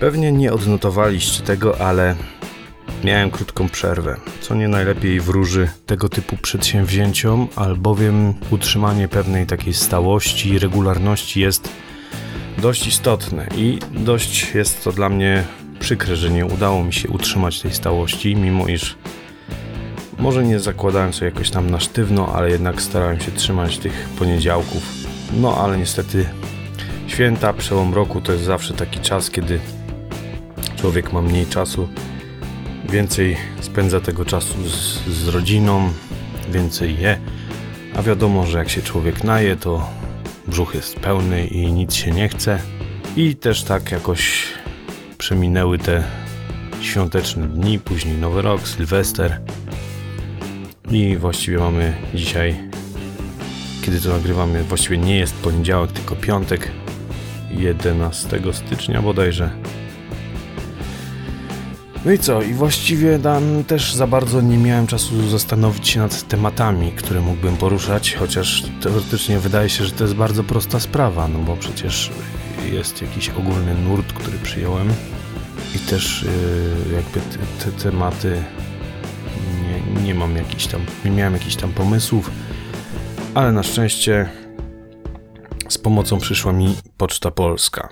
Pewnie nie odnotowaliście tego, ale miałem krótką przerwę, co nie najlepiej wróży tego typu przedsięwzięciom, albowiem utrzymanie pewnej takiej stałości i regularności jest dość istotne i dość jest to dla mnie przykre, że nie udało mi się utrzymać tej stałości, mimo iż może nie zakładałem sobie jakoś tam na sztywno, ale jednak starałem się trzymać tych poniedziałków. No ale niestety święta, przełom roku to jest zawsze taki czas, kiedy człowiek ma mniej czasu, więcej spędza tego czasu z rodziną, więcej je, a wiadomo, że jak się człowiek naje, to brzuch jest pełny i nic się nie chce. I też tak jakoś przeminęły te świąteczne dni, później Nowy Rok, Sylwester i właściwie mamy dzisiaj, kiedy to nagrywamy, właściwie nie jest poniedziałek, tylko piątek, 11 stycznia bodajże. No i co? I właściwie tam też za bardzo nie miałem czasu zastanowić się nad tematami, które mógłbym poruszać, chociaż teoretycznie wydaje się, że to jest bardzo prosta sprawa, no bo przecież jest jakiś ogólny nurt, który przyjąłem i też jakby te tematy nie miałem jakichś tam pomysłów, ale na szczęście z pomocą przyszła mi Poczta Polska.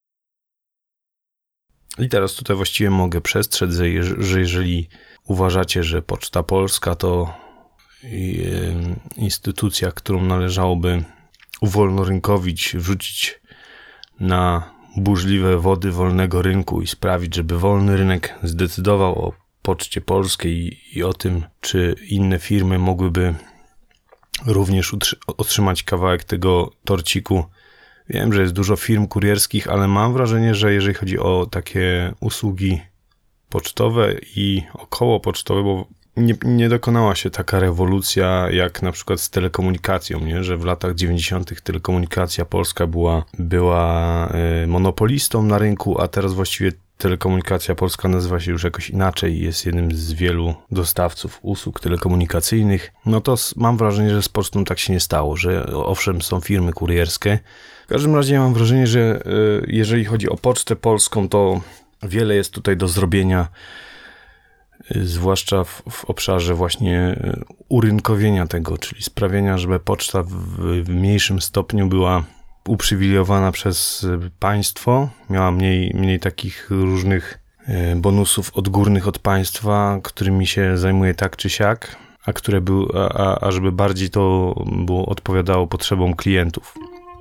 I teraz tutaj właściwie mogę przestrzec, że jeżeli uważacie, że Poczta Polska to instytucja, którą należałoby uwolnorynkowić, wrzucić na burzliwe wody wolnego rynku i sprawić, żeby wolny rynek zdecydował o Poczcie Polskiej i o tym, czy inne firmy mogłyby również otrzymać kawałek tego torciku. Wiem, że jest dużo firm kurierskich, ale mam wrażenie, że jeżeli chodzi o takie usługi pocztowe i okołopocztowe, bo nie dokonała się taka rewolucja jak na przykład z telekomunikacją, nie? Że w latach 90. telekomunikacja polska była monopolistą na rynku, a teraz właściwie telekomunikacja polska nazywa się już jakoś inaczej i jest jednym z wielu dostawców usług telekomunikacyjnych. No to mam wrażenie, że z Pocztą tak się nie stało, że owszem są firmy kurierskie. W każdym razie ja mam wrażenie, że jeżeli chodzi o Pocztę Polską, to wiele jest tutaj do zrobienia, zwłaszcza w obszarze właśnie urynkowienia tego, czyli sprawienia, żeby poczta w mniejszym stopniu była uprzywilejowana przez państwo, miała mniej takich różnych bonusów odgórnych od państwa, którymi się zajmuje tak czy siak, a żeby bardziej to odpowiadało potrzebom klientów.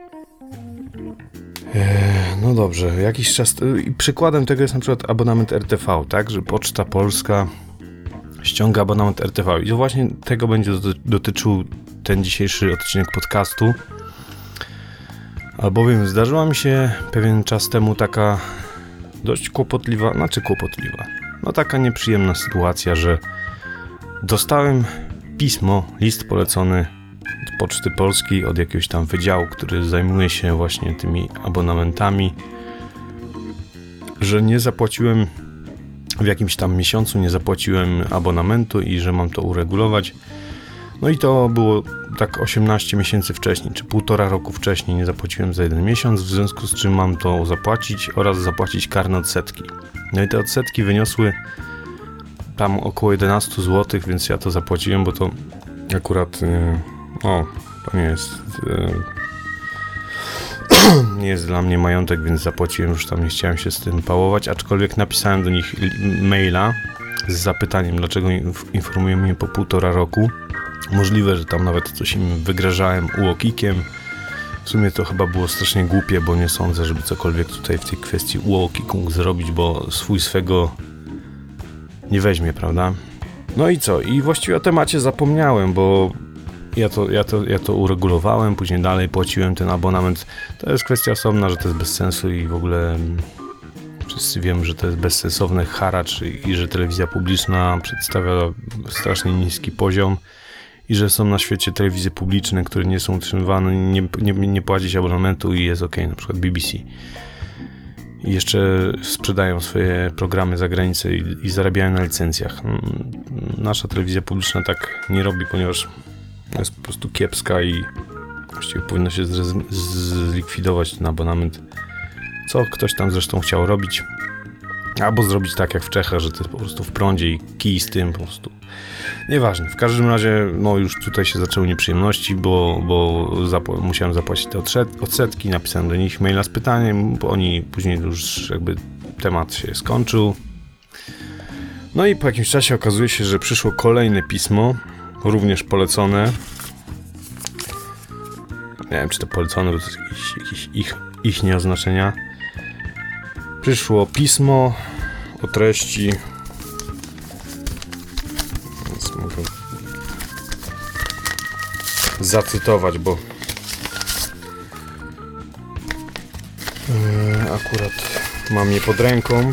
No dobrze, jakiś czas. Przykładem tego jest na przykład abonament RTV, tak? Że Poczta Polska ściąga abonament RTV. I to właśnie tego będzie dotyczył ten dzisiejszy odcinek podcastu. Albowiem zdarzyła mi się pewien czas temu taka dość kłopotliwa, no taka nieprzyjemna sytuacja, że dostałem list polecony od Poczty Polskiej, od jakiegoś tam wydziału, który zajmuje się właśnie tymi abonamentami, że nie zapłaciłem w jakimś tam miesiącu, nie zapłaciłem abonamentu i że mam to uregulować. No i to było tak 18 miesięcy wcześniej, czy 1,5 roku wcześniej nie zapłaciłem za 1 miesiąc, w związku z czym mam to zapłacić oraz zapłacić karne odsetki. No i te odsetki wyniosły tam około 11 zł, więc ja to zapłaciłem, bo to akurat to nie jest dla mnie majątek, więc zapłaciłem, już tam nie chciałem się z tym pałować, aczkolwiek napisałem do nich maila z zapytaniem, dlaczego informują mnie po 1,5 roku. Możliwe, że tam nawet coś im wygrażałem UOKiK-iem. W sumie to chyba było strasznie głupie, bo nie sądzę, żeby cokolwiek tutaj w tej kwestii UOKiK mógł zrobić, bo swego nie weźmie, prawda? No i co? I właściwie o temacie zapomniałem, bo ja to uregulowałem, później dalej płaciłem ten abonament. To jest kwestia osobna, że to jest bez sensu i w ogóle wszyscy wiemy, że to jest bezsensowny haracz i że telewizja publiczna przedstawia strasznie niski poziom i że są na świecie telewizje publiczne, które nie są utrzymywane, nie płacić abonamentu i jest okej, na przykład BBC. I jeszcze sprzedają swoje programy za granicę i zarabiają na licencjach. Nasza telewizja publiczna tak nie robi, ponieważ jest po prostu kiepska i właściwie powinno się zlikwidować ten abonament, co ktoś tam zresztą chciał robić. Albo zrobić tak jak w Czechach, że to jest po prostu w prądzie i kij z tym po prostu. Nieważne. W każdym razie, już tutaj się zaczęły nieprzyjemności, bo musiałem zapłacić te odsetki, napisałem do nich maila z pytaniem, bo oni później już jakby temat się skończył. No i po jakimś czasie okazuje się, że przyszło kolejne pismo, również polecone. Nie wiem, czy to polecone, bo to jest jakieś ich nieoznaczenia. Przyszło pismo o treści, więc mogę zacytować, bo akurat mam je pod ręką.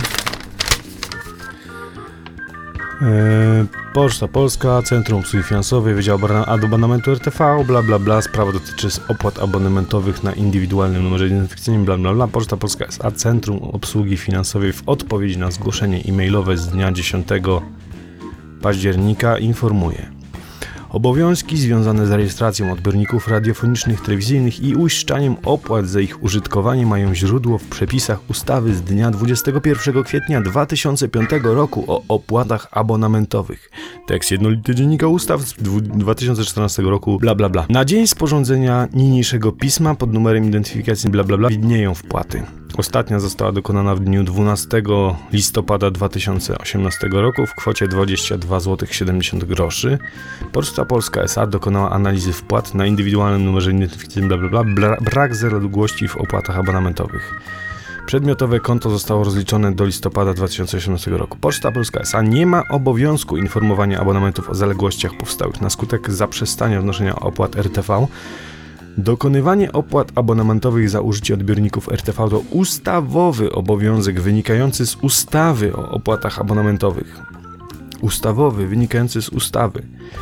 Poczta Polska, Centrum Obsługi Finansowej, Wydział Abonamentu RTV, bla bla bla, sprawa dotyczy opłat abonamentowych na indywidualnym numerze identyfikacyjnym, bla bla bla. Poczta Polska S.A. Centrum Obsługi Finansowej w odpowiedzi na zgłoszenie e-mailowe z dnia 10 października informuje: obowiązki związane z rejestracją odbiorników radiofonicznych, telewizyjnych i uiszczaniem opłat za ich użytkowanie mają źródło w przepisach ustawy z dnia 21 kwietnia 2005 roku o opłatach abonamentowych. Tekst jednolity Dziennika Ustaw z 2014 roku, bla bla bla. Na dzień sporządzenia niniejszego pisma pod numerem identyfikacji bla bla bla widnieją wpłaty. Ostatnia została dokonana w dniu 12 listopada 2018 roku w kwocie 22,70 zł. Poczta Polska S.A. dokonała analizy wpłat na indywidualnym numerze identyfikacyjnym bla bla bla. Brak zaległości w opłatach abonamentowych. Przedmiotowe konto zostało rozliczone do listopada 2018 roku. Poczta Polska S.A. nie ma obowiązku informowania abonamentów o zaległościach powstałych na skutek zaprzestania wnoszenia opłat RTV. Dokonywanie opłat abonamentowych za użycie odbiorników RTV to ustawowy obowiązek wynikający z ustawy o opłatach abonamentowych. Ustawowy, wynikający z ustawy.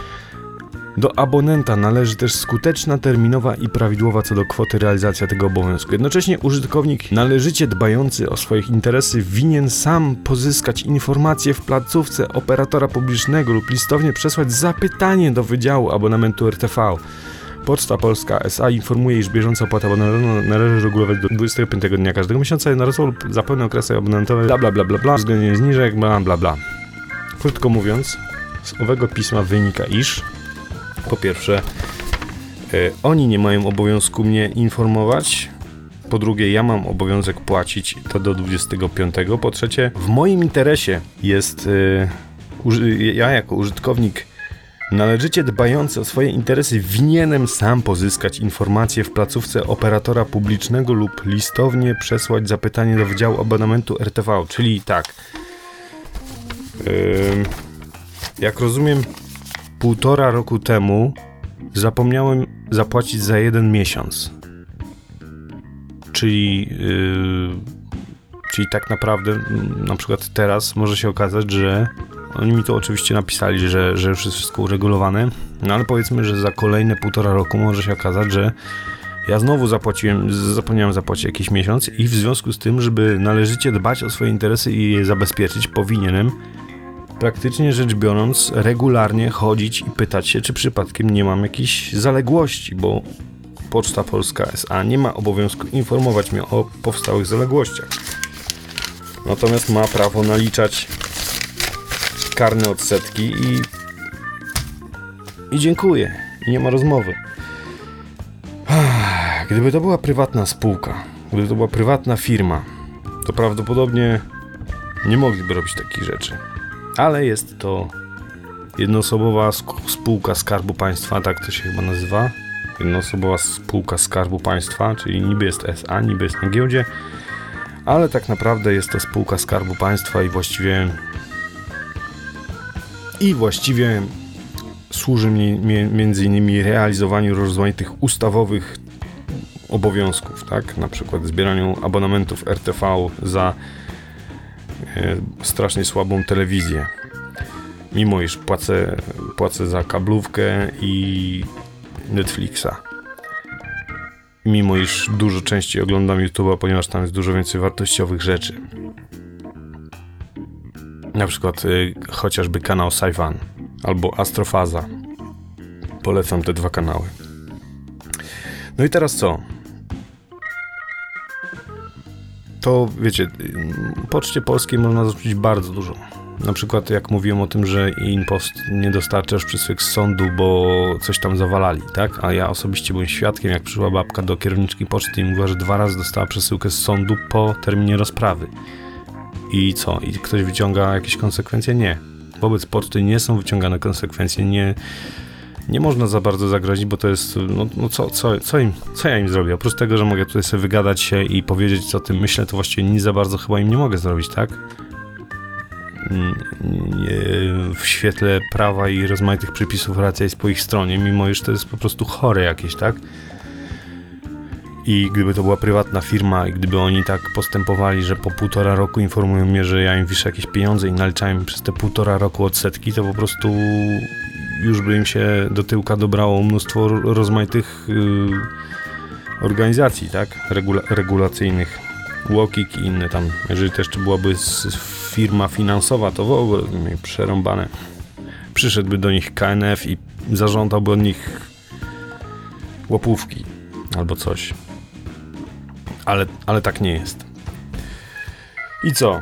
Do abonenta należy też skuteczna, terminowa i prawidłowa co do kwoty realizacja tego obowiązku. Jednocześnie użytkownik należycie dbający o swoje interesy winien sam pozyskać informacje w placówce operatora publicznego lub listownie przesłać zapytanie do Wydziału Abonamentu RTV. Poczta Polska S.A. informuje, iż bieżąca opłata abonamentowa należy regulować do 25 dnia każdego miesiąca jednorazowo lub za pełne okresy abonamentowe bla bla bla bla bla, względnie zniżek bla bla bla. Krótko mówiąc, z owego pisma wynika, iż po pierwsze oni nie mają obowiązku mnie informować, po drugie ja mam obowiązek płacić to do 25, po trzecie w moim interesie jest ja jako użytkownik należycie dbający o swoje interesy winienem sam pozyskać informacje w placówce operatora publicznego lub listownie przesłać zapytanie do Wydziału Abonamentu RTV, czyli tak, jak rozumiem, 1,5 roku temu zapomniałem zapłacić za 1 miesiąc, czyli tak naprawdę na przykład teraz może się okazać, że oni mi to oczywiście napisali, że już jest wszystko uregulowane, no ale powiedzmy, że za kolejne 1,5 roku może się okazać, że ja znowu zapomniałem zapłacić jakiś miesiąc i w związku z tym, żeby należycie dbać o swoje interesy i je zabezpieczyć, powinienem praktycznie rzecz biorąc regularnie chodzić i pytać się, czy przypadkiem nie mam jakichś zaległości, bo Poczta Polska S.A. nie ma obowiązku informować mnie o powstałych zaległościach. Natomiast ma prawo naliczać karne odsetki i dziękuję. I nie ma rozmowy. Gdyby to była prywatna spółka, gdyby to była prywatna firma, to prawdopodobnie nie mogliby robić takich rzeczy. Ale jest to jednoosobowa spółka Skarbu Państwa, tak to się chyba nazywa. Jednoosobowa spółka Skarbu Państwa, czyli niby jest S.A., niby jest na giełdzie, ale tak naprawdę jest to spółka Skarbu Państwa i właściwie służy między innymi realizowaniu rozmaitych ustawowych obowiązków, tak? Na przykład zbieraniu abonamentów RTV za strasznie słabą telewizję. Mimo iż płacę za kablówkę i Netflixa. Mimo iż dużo częściej oglądam YouTube'a, ponieważ tam jest dużo więcej wartościowych rzeczy. Na przykład chociażby kanał Sci-Fi albo Astrofaza. Polecam te 2 kanały. No i teraz co? to wiecie, Poczcie Polskiej można zarzucić bardzo dużo. Na przykład jak mówiłem o tym, że InPost nie dostarcza już przesyłek z sądu, bo coś tam zawalali, tak? A ja osobiście byłem świadkiem, jak przyszła babka do kierowniczki poczty i mówiła, że 2 razy dostała przesyłkę z sądu po terminie rozprawy. I co? I ktoś wyciąga jakieś konsekwencje? Nie. Wobec poczty nie są wyciągane konsekwencje, nie można za bardzo zagrozić, bo to jest, co ja im zrobię? Oprócz tego, że mogę tutaj sobie wygadać się i powiedzieć, co o tym myślę, to właściwie nic za bardzo chyba im nie mogę zrobić, tak? W świetle prawa i rozmaitych przepisów racja jest po ich stronie, mimo iż to jest po prostu chore jakieś, tak? I gdyby to była prywatna firma i gdyby oni tak postępowali, że po 1,5 roku informują mnie, że ja im wiszę jakieś pieniądze i naliczają mi przez te 1,5 roku odsetki, to po prostu już by im się do tyłka dobrało mnóstwo rozmaitych organizacji, tak? Regulacyjnych. Łokik i inne tam. Jeżeli to jeszcze byłaby firma finansowa, to w ogóle przerąbane. Przyszedłby do nich KNF i zażądałby od nich łapówki albo coś. Ale tak nie jest. I co?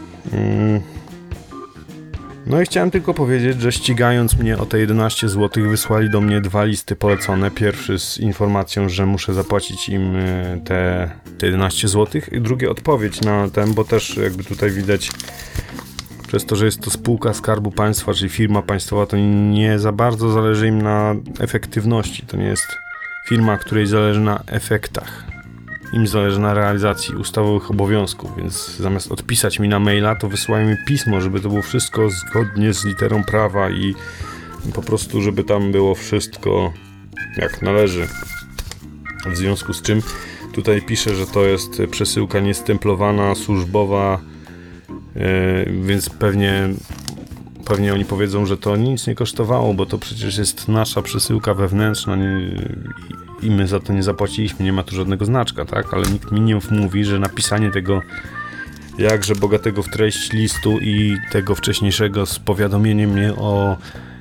No i chciałem tylko powiedzieć, że ścigając mnie o te 11 zł wysłali do mnie 2 listy polecone. Pierwszy z informacją, że muszę zapłacić im te 11 zł i drugie odpowiedź na ten, bo też jakby tutaj widać, przez to, że jest to spółka Skarbu Państwa, czyli firma państwowa, to nie za bardzo zależy im na efektywności. To nie jest firma, której zależy na efektach. Im zależy na realizacji ustawowych obowiązków, więc zamiast odpisać mi na maila, to wysyłają mi pismo, żeby to było wszystko zgodnie z literą prawa i po prostu, żeby tam było wszystko jak należy. W związku z czym tutaj pisze, że to jest przesyłka niestemplowana, służbowa, więc pewnie oni powiedzą, że to nic nie kosztowało, bo to przecież jest nasza przesyłka wewnętrzna i my za to nie zapłaciliśmy, nie ma tu żadnego znaczka, tak? Ale nikt mi nie mówi, że napisanie tego jakże bogatego w treść listu i tego wcześniejszego z powiadomieniem mnie o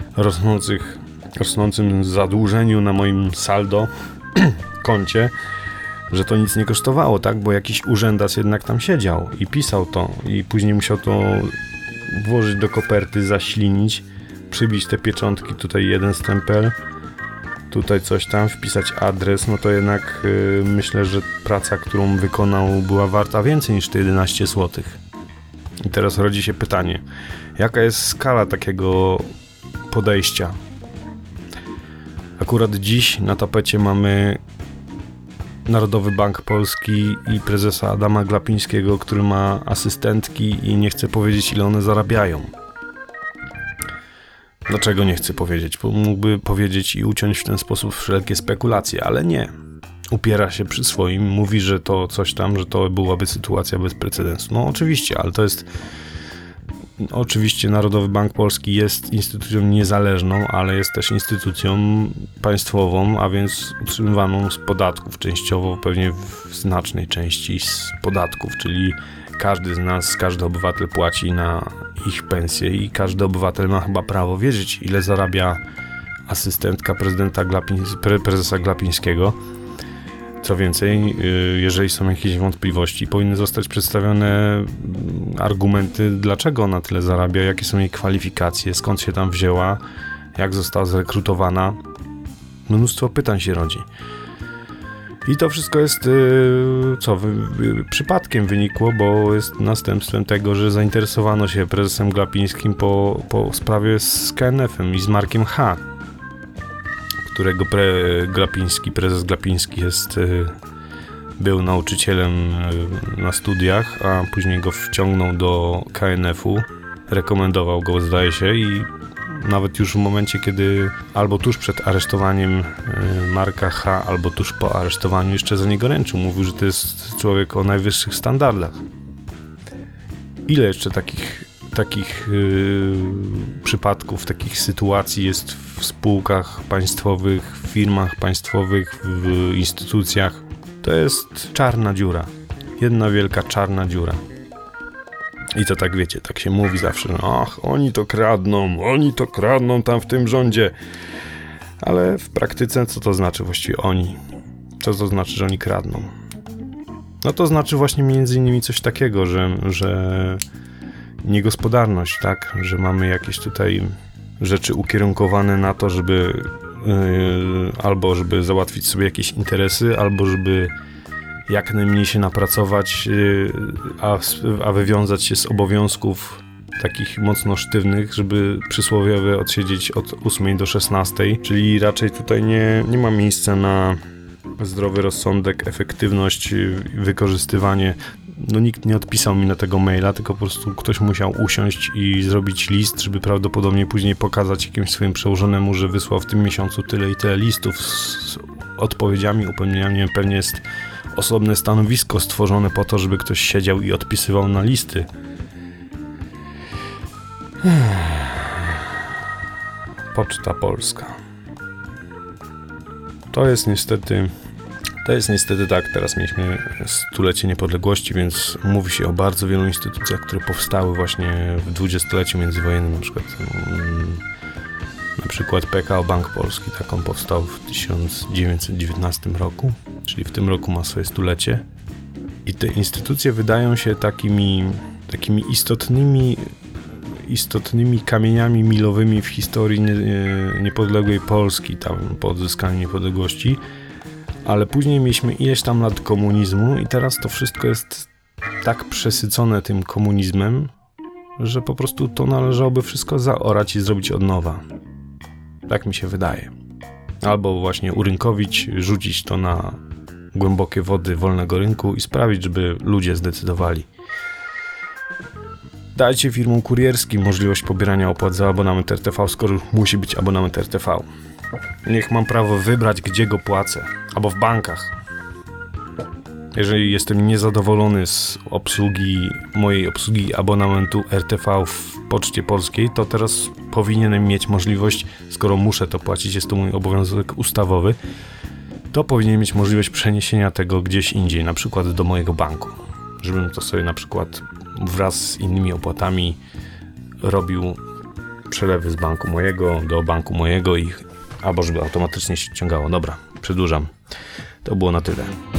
rosnącym zadłużeniu na moim saldo koncie, że to nic nie kosztowało, tak? Bo jakiś urzędas jednak tam siedział i pisał to i później musiał to włożyć do koperty, zaślinić, przybić te pieczątki, tutaj jeden stempel, tutaj coś tam, wpisać adres, no to jednak myślę, że praca, którą wykonał, była warta więcej niż te 11 zł. I teraz rodzi się pytanie, jaka jest skala takiego podejścia? Akurat dziś na tapecie mamy Narodowy Bank Polski i prezesa Adama Glapińskiego, który ma asystentki i nie chce powiedzieć, ile one zarabiają. Dlaczego nie chce powiedzieć? Bo mógłby powiedzieć i uciąć w ten sposób wszelkie spekulacje, ale nie. Upiera się przy swoim, mówi, że to coś tam, że to byłaby sytuacja bez precedensu. No oczywiście, ale to jest... Oczywiście Narodowy Bank Polski jest instytucją niezależną, ale jest też instytucją państwową, a więc utrzymywaną z podatków, częściowo pewnie w znacznej części z podatków, czyli każdy z nas, każdy obywatel płaci na ich pensję i każdy obywatel ma chyba prawo wiedzieć, ile zarabia asystentka prezesa Glapińskiego. Co więcej, jeżeli są jakieś wątpliwości, powinny zostać przedstawione argumenty, dlaczego ona tyle zarabia, jakie są jej kwalifikacje, skąd się tam wzięła, jak została zrekrutowana. Mnóstwo pytań się rodzi. I to wszystko jest, przypadkiem wynikło, bo jest następstwem tego, że zainteresowano się prezesem Glapińskim po sprawie z KNF-em i z Markiem H., którego prezes Glapiński był nauczycielem na studiach, a później go wciągnął do KNF-u, rekomendował go, zdaje się, i nawet już w momencie, kiedy albo tuż przed aresztowaniem Marka H., albo tuż po aresztowaniu jeszcze za niego ręczył. Mówił, że to jest człowiek o najwyższych standardach. Ile jeszcze takich przypadków, takich sytuacji jest w spółkach państwowych, w firmach państwowych, w instytucjach? To jest czarna dziura. Jedna wielka czarna dziura. I to tak wiecie, tak się mówi zawsze, ach, oni to kradną tam w tym rządzie. Ale w praktyce co to znaczy właściwie oni? Co to znaczy, że oni kradną? No to znaczy właśnie między innymi coś takiego, że niegospodarność, tak? Że mamy jakieś tutaj rzeczy ukierunkowane na to, żeby albo żeby załatwić sobie jakieś interesy, albo żeby jak najmniej się napracować, a wywiązać się z obowiązków takich mocno sztywnych, żeby przysłowiowo odsiedzieć od 8 do 16, czyli raczej tutaj nie ma miejsca na zdrowy rozsądek, efektywność, wykorzystywanie. No nikt nie odpisał mi na tego maila, tylko po prostu ktoś musiał usiąść i zrobić list, żeby prawdopodobnie później pokazać jakimś swoim przełożonemu, że wysłał w tym miesiącu tyle i tyle listów z odpowiedziami, upewnieniami. Pewnie jest osobne stanowisko stworzone po to, żeby ktoś siedział i odpisywał na listy. Poczta Polska. To jest niestety tak, teraz mieliśmy stulecie niepodległości, więc mówi się o bardzo wielu instytucjach, które powstały właśnie w dwudziestoleciu międzywojennym, na przykład PKO Bank Polski, tak on powstał w 1919 roku, czyli w tym roku ma swoje stulecie. I te instytucje wydają się takimi istotnymi kamieniami milowymi w historii niepodległej Polski, tam po odzyskaniu niepodległości, ale później mieliśmy ileś tam lat komunizmu i teraz to wszystko jest tak przesycone tym komunizmem, że po prostu to należałoby wszystko zaorać i zrobić od nowa. Tak mi się wydaje. Albo właśnie urynkowić, rzucić to na głębokie wody wolnego rynku i sprawić, żeby ludzie zdecydowali. Dajcie firmom kurierskim możliwość pobierania opłat za abonament RTV, skoro musi być abonament RTV. Niech mam prawo wybrać, gdzie go płacę. Albo w bankach. Jeżeli jestem niezadowolony z mojej obsługi abonamentu RTV w Poczcie Polskiej, to teraz powinienem mieć możliwość, skoro muszę to płacić, jest to mój obowiązek ustawowy, to powinienem mieć możliwość przeniesienia tego gdzieś indziej, na przykład do mojego banku. Żebym to sobie na przykład wraz z innymi opłatami robił przelewy z banku mojego do banku mojego albo żeby automatycznie się ściągało. Dobra, przedłużam. To było na tyle.